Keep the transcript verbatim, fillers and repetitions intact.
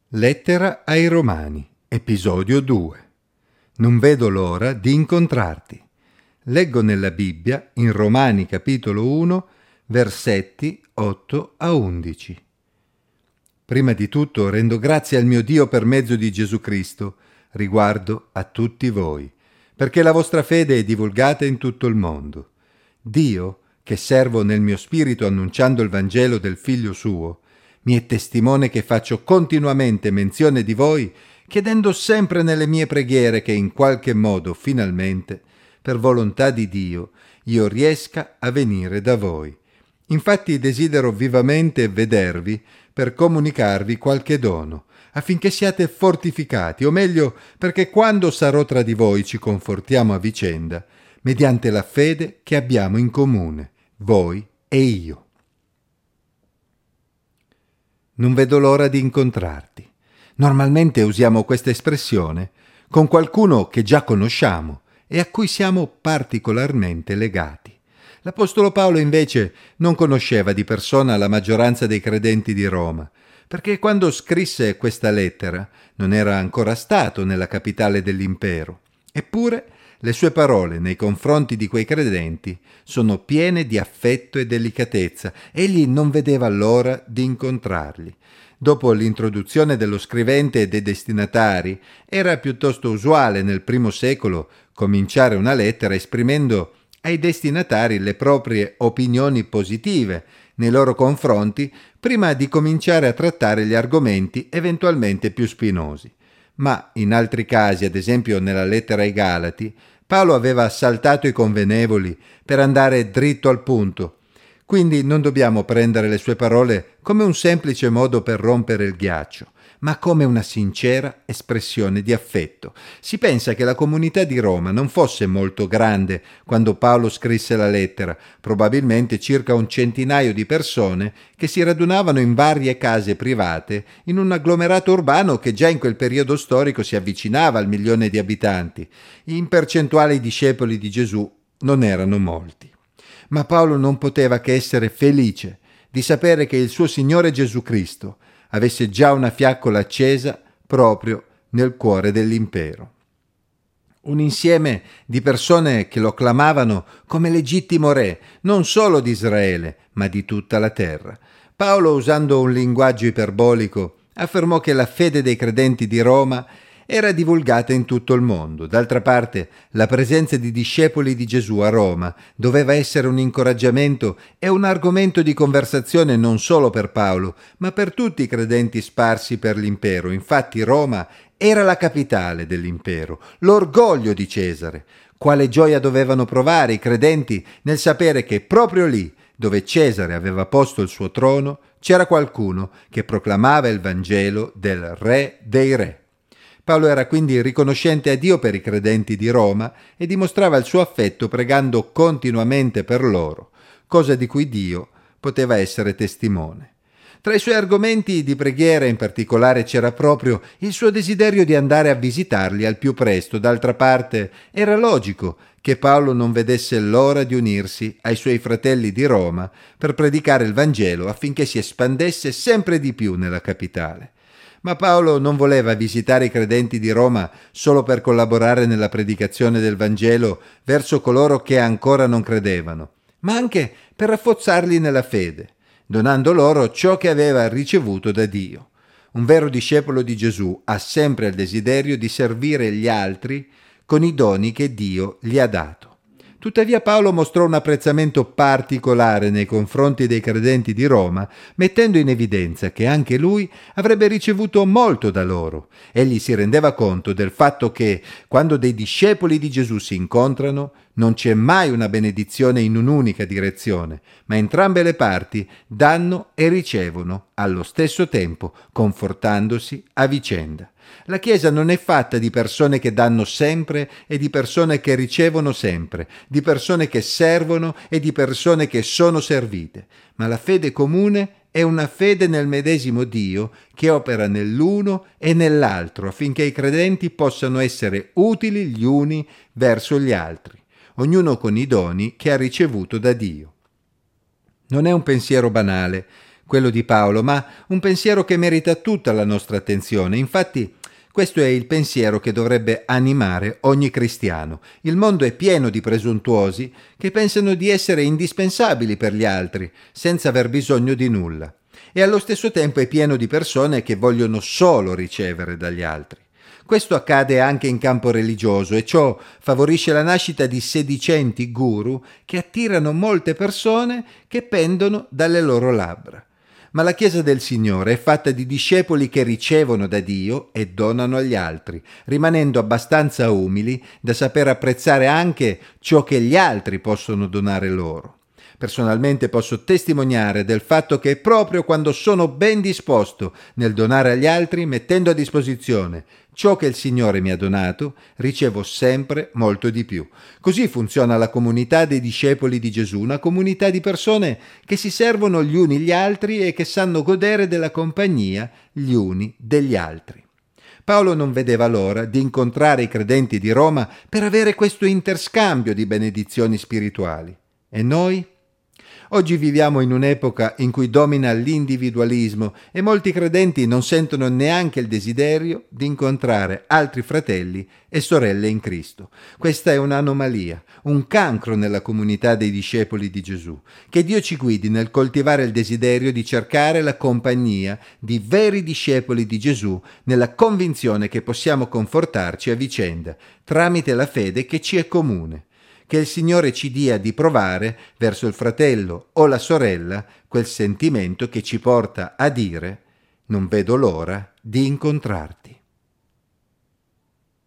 Lettera ai Romani, episodio due. Non vedo l'ora di incontrarti. Leggo nella Bibbia, in Romani capitolo uno, versetti otto a undici. Prima di tutto rendo grazie al mio Dio per mezzo di Gesù Cristo, riguardo a tutti voi, perché la vostra fede è divulgata in tutto il mondo. Dio, che servo nel mio spirito annunciando il Vangelo del Figlio suo, mi è testimone che faccio continuamente menzione di voi, chiedendo sempre nelle mie preghiere che in qualche modo, finalmente, per volontà di Dio, io riesca a venire da voi. Infatti desidero vivamente vedervi per comunicarvi qualche dono, affinché siate fortificati, o meglio, perché quando sarò tra di voi ci confortiamo a vicenda, mediante la fede che abbiamo in comune, voi e io. Non vedo l'ora di incontrarti. Normalmente usiamo questa espressione con qualcuno che già conosciamo e a cui siamo particolarmente legati. L'Apostolo Paolo invece non conosceva di persona la maggioranza dei credenti di Roma, perché quando scrisse questa lettera non era ancora stato nella capitale dell'impero. Eppure le sue parole nei confronti di quei credenti sono piene di affetto e delicatezza. Egli non vedeva l'ora di incontrarli. Dopo l'introduzione dello scrivente e dei destinatari, era piuttosto usuale nel primo secolo cominciare una lettera esprimendo ai destinatari le proprie opinioni positive nei loro confronti prima di cominciare a trattare gli argomenti eventualmente più spinosi. Ma in altri casi, ad esempio nella lettera ai Galati, Paolo aveva saltato i convenevoli per andare dritto al punto. Quindi non dobbiamo prendere le sue parole come un semplice modo per rompere il ghiaccio, ma come una sincera espressione di affetto. Si pensa che la comunità di Roma non fosse molto grande quando Paolo scrisse la lettera, probabilmente circa un centinaio di persone che si radunavano in varie case private in un agglomerato urbano che già in quel periodo storico si avvicinava al milione di abitanti. In percentuale i discepoli di Gesù non erano molti. Ma Paolo non poteva che essere felice di sapere che il suo Signore Gesù Cristo avesse già una fiaccola accesa proprio nel cuore dell'impero. Un insieme di persone che lo acclamavano come legittimo re, non solo di Israele, ma di tutta la terra. Paolo, usando un linguaggio iperbolico, affermò che la fede dei credenti di Roma era divulgata in tutto il mondo. D'altra parte, la presenza di discepoli di Gesù a Roma doveva essere un incoraggiamento e un argomento di conversazione non solo per Paolo, ma per tutti i credenti sparsi per l'impero. Infatti Roma era la capitale dell'impero, l'orgoglio di Cesare. Quale gioia dovevano provare i credenti nel sapere che proprio lì, dove Cesare aveva posto il suo trono, c'era qualcuno che proclamava il Vangelo del Re dei Re. Paolo era quindi riconoscente a Dio per i credenti di Roma e dimostrava il suo affetto pregando continuamente per loro, cosa di cui Dio poteva essere testimone. Tra i suoi argomenti di preghiera in particolare c'era proprio il suo desiderio di andare a visitarli al più presto. D'altra parte era logico che Paolo non vedesse l'ora di unirsi ai suoi fratelli di Roma per predicare il Vangelo affinché si espandesse sempre di più nella capitale. Ma Paolo non voleva visitare i credenti di Roma solo per collaborare nella predicazione del Vangelo verso coloro che ancora non credevano, ma anche per rafforzarli nella fede, donando loro ciò che aveva ricevuto da Dio. Un vero discepolo di Gesù ha sempre il desiderio di servire gli altri con i doni che Dio gli ha dato. Tuttavia Paolo mostrò un apprezzamento particolare nei confronti dei credenti di Roma, mettendo in evidenza che anche lui avrebbe ricevuto molto da loro. Egli si rendeva conto del fatto che, quando dei discepoli di Gesù si incontrano, non c'è mai una benedizione in un'unica direzione, ma entrambe le parti danno e ricevono allo stesso tempo, confortandosi a vicenda. La Chiesa non è fatta di persone che danno sempre e di persone che ricevono sempre, di persone che servono e di persone che sono servite, ma la fede comune è una fede nel medesimo Dio che opera nell'uno e nell'altro affinché i credenti possano essere utili gli uni verso gli altri, ognuno con i doni che ha ricevuto da Dio. Non è un pensiero banale quello di Paolo, ma un pensiero che merita tutta la nostra attenzione. Infatti, questo è il pensiero che dovrebbe animare ogni cristiano. Il mondo è pieno di presuntuosi che pensano di essere indispensabili per gli altri, senza aver bisogno di nulla. E allo stesso tempo è pieno di persone che vogliono solo ricevere dagli altri. Questo accade anche in campo religioso e ciò favorisce la nascita di sedicenti guru che attirano molte persone che pendono dalle loro labbra. Ma la Chiesa del Signore è fatta di discepoli che ricevono da Dio e donano agli altri, rimanendo abbastanza umili da saper apprezzare anche ciò che gli altri possono donare loro. Personalmente posso testimoniare del fatto che proprio quando sono ben disposto nel donare agli altri, mettendo a disposizione ciò che il Signore mi ha donato, ricevo sempre molto di più. Così funziona la comunità dei discepoli di Gesù, una comunità di persone che si servono gli uni gli altri e che sanno godere della compagnia gli uni degli altri. Paolo non vedeva l'ora di incontrare i credenti di Roma per avere questo interscambio di benedizioni spirituali. E noi? Oggi viviamo in un'epoca in cui domina l'individualismo e molti credenti non sentono neanche il desiderio di incontrare altri fratelli e sorelle in Cristo. Questa è un'anomalia, un cancro nella comunità dei discepoli di Gesù. Che Dio ci guidi nel coltivare il desiderio di cercare la compagnia di veri discepoli di Gesù nella convinzione che possiamo confortarci a vicenda tramite la fede che ci è comune. Che il Signore ci dia di provare verso il fratello o la sorella quel sentimento che ci porta a dire: non vedo l'ora di incontrarti.